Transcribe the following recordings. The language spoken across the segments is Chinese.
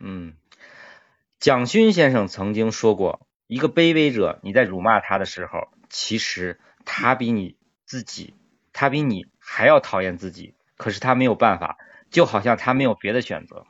嗯，蒋勋先生曾经说过，一个卑微者，你在辱骂他的时候，其实他比你自己，他比你还要讨厌自己，可是他没有办法，就好像他没有别的选择。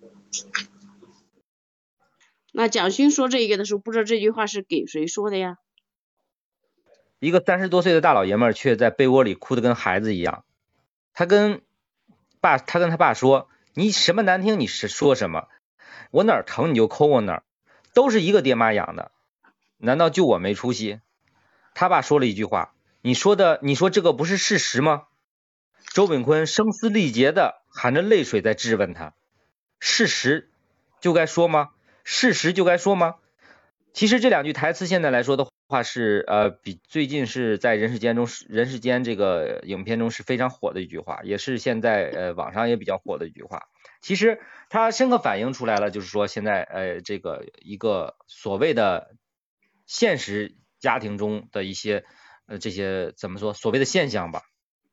那蒋勋说这个的时候，不知道这句话是给谁说的呀？ 一个30多岁的大老爷们儿却在被窝里哭得跟孩子一样。他跟他爸说：“你什么难听你是说什么？我哪儿疼你就抠我哪儿，都是一个爹妈养的，难道就我没出息？”他爸说了一句话：“你说这个不是事实吗？”周炳坤声嘶力竭的含着泪水在质问他：“事实就该说吗？事实就该说吗？”其实这两句台词现在来说的话是比最近是在人世间这个影片中是非常火的一句话，也是现在网上也比较火的一句话。其实它深刻反映出来了，就是说现在这个一个所谓的现实家庭中的一些这些怎么说所谓的现象吧。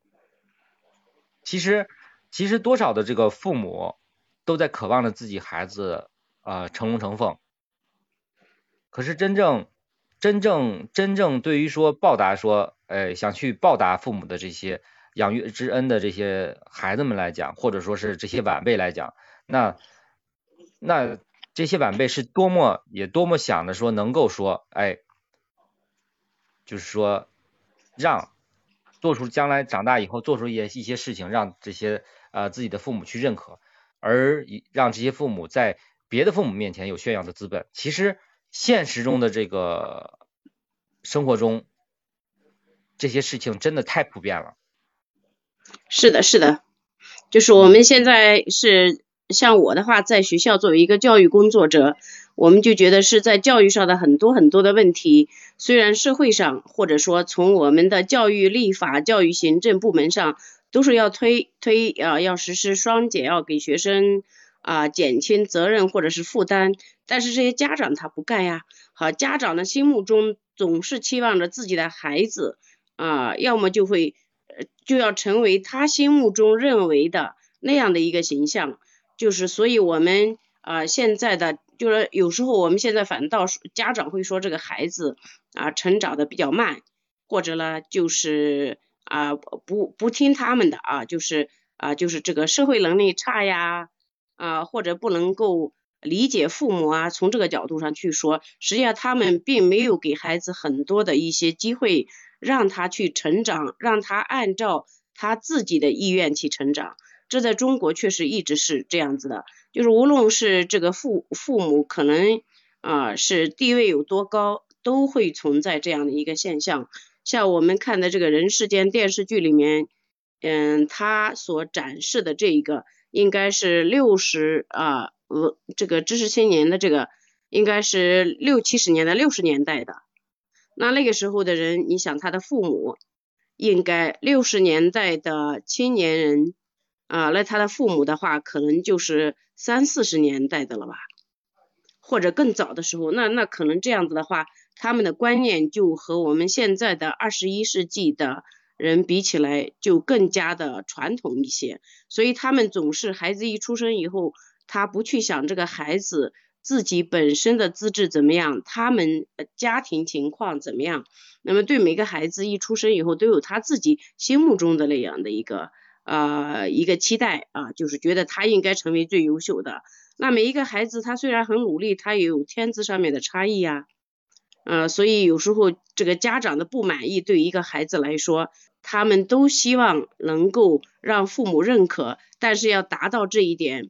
其实多少的这个父母都在渴望着自己孩子成龙成凤，可是真正对于说报答说，想去报答父母的这些养育之恩的这些孩子们来讲，或者说是这些晚辈来讲，那这些晚辈是多么想的说能够说，就是说让做出将来长大以后做出一些事情，让这些自己的父母去认可，而让这些父母在别的父母面前有炫耀的资本。其实现实中的这个生活中，这些事情真的太普遍了。 是的，是的，就是我们现在是像我的话，在学校作为一个教育工作者，我们就觉得是在教育上的很多的问题，虽然社会上或者说从我们的教育立法、教育行政部门上都是要要实施双减，要给学生减轻责任或者是负担，但是这些家长他不干呀。好，家长的心目中总是期望着自己的孩子要么就要成为他心目中认为的那样的一个形象，就是所以我们现在的就是有时候我们现在反倒家长会说这个孩子成长的比较慢，或者呢就是不听他们的就是这个社会能力差呀或者不能够理解父母从这个角度上去说，实际上他们并没有给孩子很多的一些机会让他去成长，让他按照他自己的意愿去成长。这在中国确实一直是这样子的，就是无论是这个父母可能是地位有多高，都会存在这样的一个现象。像我们看的这个人世间电视剧里面，他所展示的这一个应该是这个知识青年的这个应该是60年代的。那个时候的人，你想他的父母应该60年代的青年人那他的父母的话可能就是30、40年代的了吧，或者更早的时候，那可能这样子的话，他们的观念就和我们现在的21世纪的人比起来就更加的传统一些，所以他们总是孩子一出生以后，他不去想这个孩子自己本身的资质怎么样，他们家庭情况怎么样，那么对每个孩子一出生以后都有他自己心目中的那样的一个期待就是觉得他应该成为最优秀的。那每一个孩子他虽然很努力，他也有天资上面的差异所以有时候这个家长的不满意对于一个孩子来说，他们都希望能够让父母认可，但是要达到这一点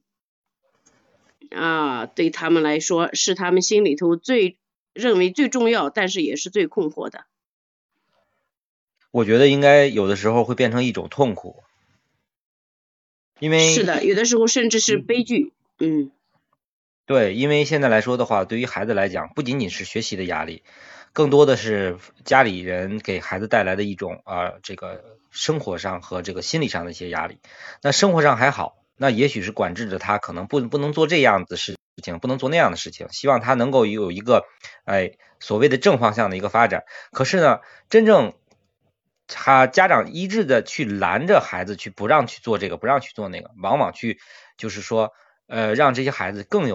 对他们来说是他们心里头认为最重要，但是也是最困惑的。 我觉得应该有的时候会变成一种痛苦，因为是的，有的时候甚至是悲剧。 对，因为现在来说的话，对于孩子来讲，不仅仅是学习的压力，更多的是家里人给孩子带来的一种这个生活上和这个心理上的一些压力。那生活上还好，那也许是管制着他，可能不能做这样的事情，不能做那样的事情，希望他能够有一个所谓的正方向的一个发展。可是呢，真正家长一致的去拦着孩子不让去做这个，不让去做那个，往往就是说让这些孩子更有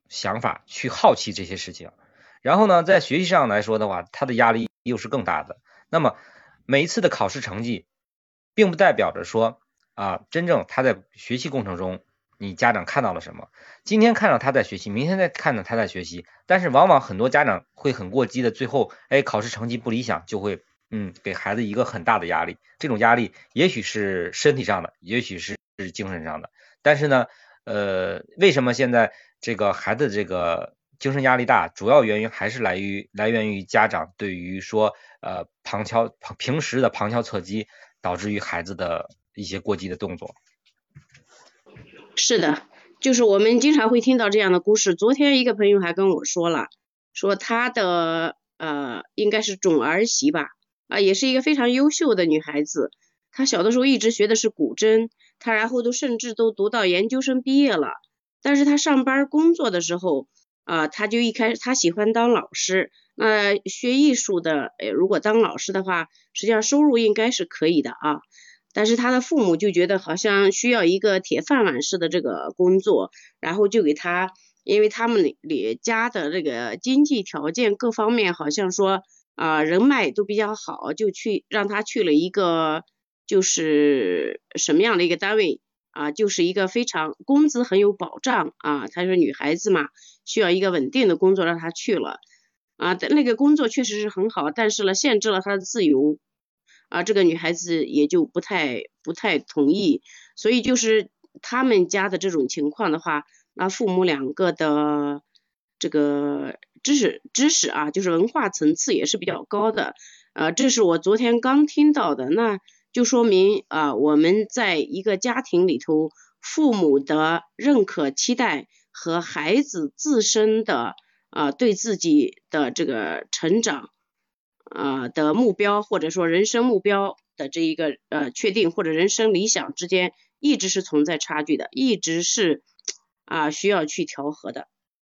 想法去好奇这些事情。然后呢，在学习上来说的话，他的压力又是更大的。那么每一次的考试成绩，并不代表着说真正他在学习过程中，你家长看到了什么。今天看到他在学习，明天再看到他在学习，但是往往很多家长会很过激的，最后考试成绩不理想，就会给孩子一个很大的压力。这种压力也许是身体上的，也许是精神上的。但是呢，为什么现在这个孩子这个精神压力大，主要原因还是来源于家长对于说平时的旁敲侧击，导致于孩子的一些过激的动作。 是的，就是我们经常会听到这样的故事。昨天一个朋友还跟我说了，说他的应该是准儿媳吧，也是一个非常优秀的女孩子。她小的时候一直学的是古筝，她然后甚至都读到研究生毕业了。但是她上班工作的时候她就一开始她喜欢当老师。那学艺术的如果当老师的话，实际上收入应该是可以的啊。但是他的父母就觉得好像需要一个铁饭碗式的这个工作，然后就给他，因为他们家的这个经济条件各方面好像说人脉都比较好，就让他去了一个就是什么样的一个单位就是一个非常工资很有保障她说女孩子嘛，需要一个稳定的工作，让她去了那个工作确实是很好，但是呢限制了她的自由这个女孩子也就不太同意。所以就是他们家的这种情况的话，那父母两个的这个知识就是文化层次也是比较高的这是我昨天刚听到的。那就说明我们在一个家庭里头，父母的认可期待和孩子自身的对自己的这个成长的目标，或者说人生目标的这一个确定，或者人生理想之间一直是存在差距的，一直是需要去调和的。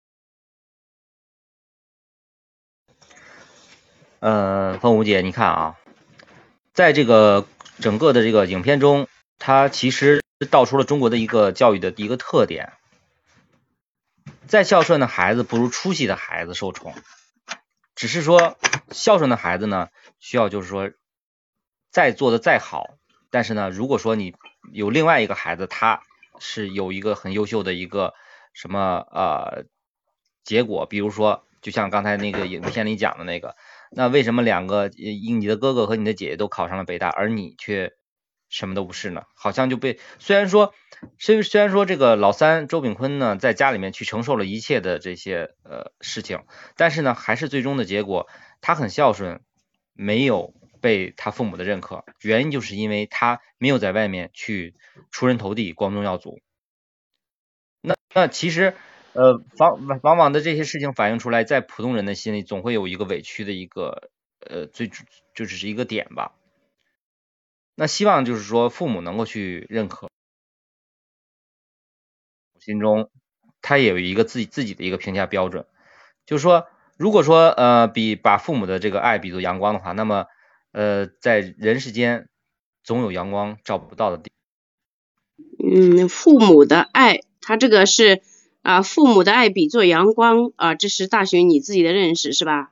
凤舞姐，你看在这个整个的这个影片中，它其实道出了中国的一个教育的一个特点。再孝顺的孩子不如出息的孩子受宠，只是说孝顺的孩子呢，需要就是说再做的再好，但是呢，如果说你有另外一个孩子，他是有一个很优秀的一个什么结果，比如说就像刚才那个影片里讲的那个，那为什么你的哥哥和你的姐姐都考上了北大，而你却什么都不是呢？好像就虽然说这个老三周炳坤呢在家里面去承受了一切的这些事情，但是呢还是最终的结果他很孝顺，没有被他父母的认可，原因就是因为他没有在外面去出人头地光宗耀祖。那其实往往的这些事情反映出来，在普通人的心里总会有一个委屈的一个就是一个点吧。那希望就是说父母能够去认可，心中他也有一个自己的一个评价标准，就是说如果说把父母的这个爱比作阳光的话，那么在人世间总有阳光照不到的地方。父母的爱，他这个是父母的爱比作阳光这是大学你自己的认识是吧？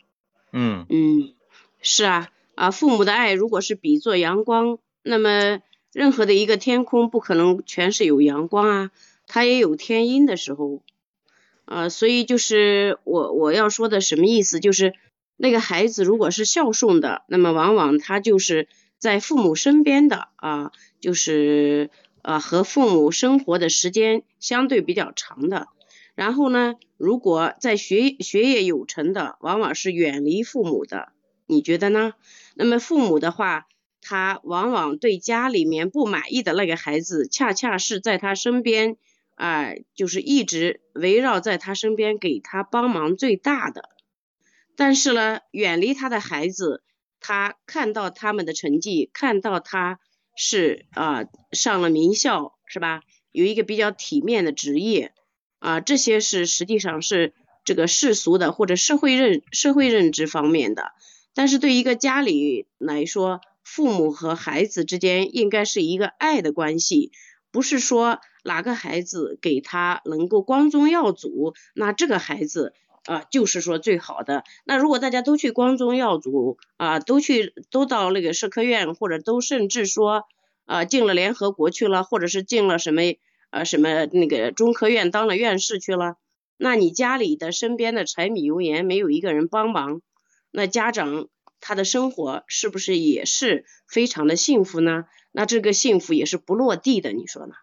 是父母的爱如果是比作阳光，那么任何的一个天空不可能全是有阳光它也有天阴的时候所以就是我要说的什么意思，就是那个孩子如果是孝顺的，那么往往他就是在父母身边的就是和父母生活的时间相对比较长的。然后呢，如果在学业有成的，往往是远离父母的，你觉得呢？那么父母的话，他往往对家里面不满意的那个孩子，恰恰是在他身边就是一直围绕在他身边给他帮忙最大的。但是呢，远离他的孩子，他看到他们的成绩，看到他是上了名校是吧，有一个比较体面的职业这些是实际上是这个世俗的或者社会认知方面的。但是对一个家里来说，父母和孩子之间应该是一个爱的关系， 不是说哪个孩子给他能够光宗耀祖，那这个孩子就是说最好的。那如果大家都去光宗耀祖都到那个社科院，或者都甚至说进了联合国去了，或者是进了什么那个中科院当了院士去了，那你家里的身边的柴米油盐没有一个人帮忙，那家长他的生活是不是也是非常的幸福呢？那这个幸福也是不落地的，你说呢？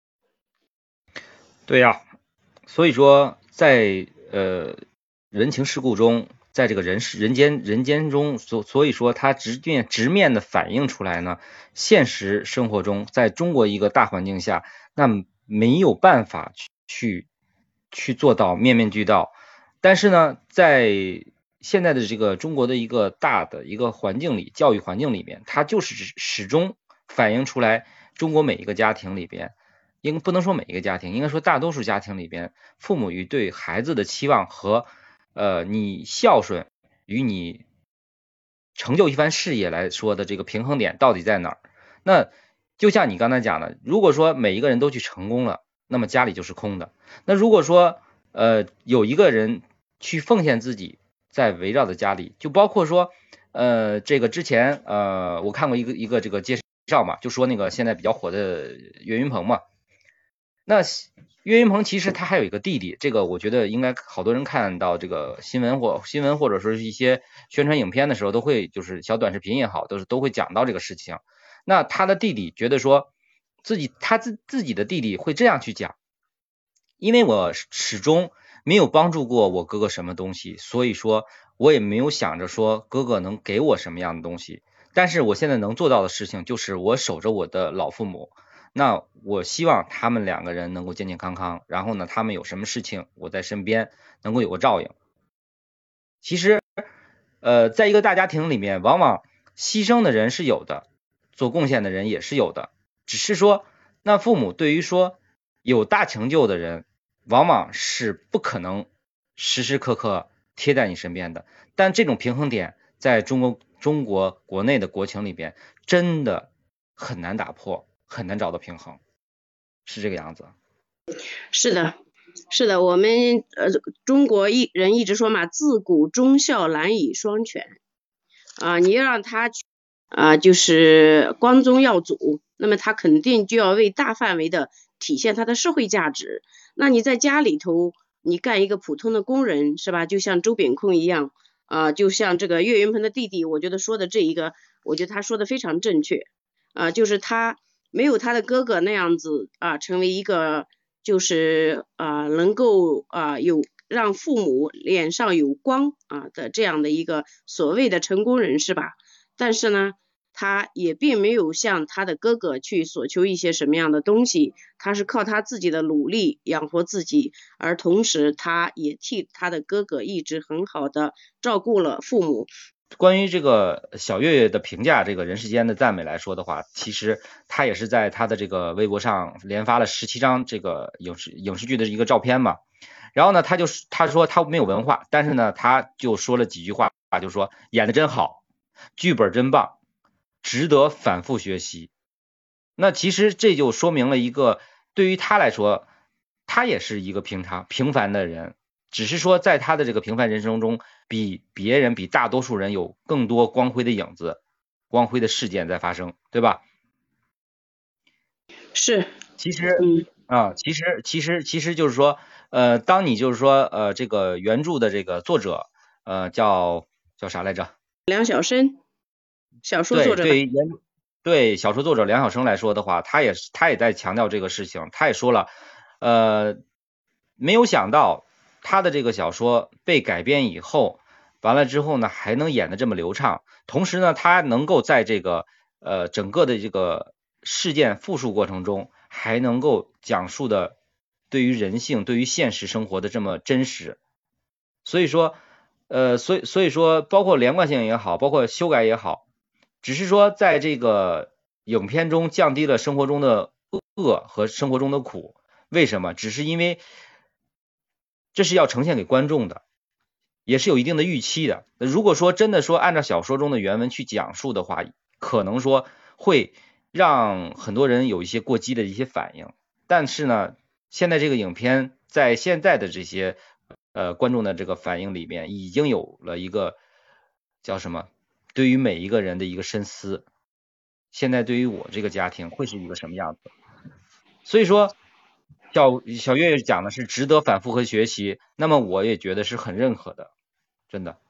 对呀，所以说在人情世故中，在这个人间中，所以说它直面的反映出来呢，现实生活中，在中国一个大环境下，那没有办法去做到面面俱到。但是呢，在现在的这个中国的一个大的一个环境里，教育环境里面，它就是始终反映出来中国每一个家庭里边。不能说每一个家庭，应该说大多数家庭里边，父母与对孩子的期望和你孝顺与你成就一番事业来说的这个平衡点到底在哪儿？那就像你刚才讲的，如果说每一个人都去成功了，那么家里就是空的。那如果说有一个人去奉献自己，在围绕着家里，就包括说这个之前我看过一个这个介绍嘛，就说那个现在比较火的岳云鹏嘛。那岳云鹏其实他还有一个弟弟，这个我觉得应该好多人看到这个新闻或者说是一些宣传影片的时候，都会就是小短视频也好，都会讲到这个事情。那他的弟弟觉得说自己的弟弟会这样去讲，因为我始终没有帮助过我哥哥什么东西，所以说我也没有想着说哥哥能给我什么样的东西。但是我现在能做到的事情就是我守着我的老父母。那我希望他们两个人能够健健康康，然后呢，他们有什么事情我在身边能够有个照应。其实在一个大家庭里面，往往牺牲的人是有的，做贡献的人也是有的，只是说那父母对于说有大成就的人，往往是不可能时时刻刻贴在你身边的。但这种平衡点在中国国内的国情里边真的很难打破，很难找到平衡，是这个样子。 是的，是的，我们中国人一直说嘛，自古忠孝难以双全你要让他就是光宗耀祖，那么他肯定就要为大范围的体现他的社会价值。那你在家里头，你干一个普通的工人是吧？就像周秉控一样就像这个岳云鹏的弟弟，我觉得说的这一个，我觉得他说的非常正确就是他没有他的哥哥那样子成为一个就是能够有让父母脸上有光的这样的一个所谓的成功人士吧。但是呢，他也并没有向他的哥哥去索求一些什么样的东西，他是靠他自己的努力养活自己，而同时他也替他的哥哥一直很好的照顾了父母。 关于这个小岳岳的评价，这个人世间的赞美来说的话，其实他也是在他的这个微博上连发了17张这个影视剧的一个照片嘛。然后呢，他说他没有文化，但是呢，他就说了几句话，就说演的真好，剧本真棒，值得反复学习。那其实这就说明了一个，对于他来说，他也是一个平凡的人，只是说在他的这个平凡人生中，比大多数人有更多光辉的影子，光辉的事件在发生，对吧？ 是， 其实其实就是说，当你就是说，这个原著的这个作者，叫啥来着？ 梁晓声，小说作者。 对小说作者梁晓声来说的话，他也在强调这个事情，他也说了，没有想到他的这个小说被改编以后，完了之后呢，还能演得这么流畅，同时呢，他能够在这个整个的这个事件复述过程中，还能够讲述的对于人性、对于现实生活的这么真实，所以说所以说包括连贯性也好，包括修改也好，只是说在这个影片中降低了生活中的恶和生活中的苦。为什么？只是因为这是要呈现给观众的，也是有一定的预期的。如果说真的说按照小说中的原文去讲述的话，可能说会让很多人有一些过激的一些反应。但是呢，现在这个影片在现在的这些观众的这个反应里面，已经有了一个叫什么，对于每一个人的一个深思。现在对于我这个家庭会是一个什么样子？所以说小月月讲的是值得反复和学习，那么我也觉得是很认可的，真的。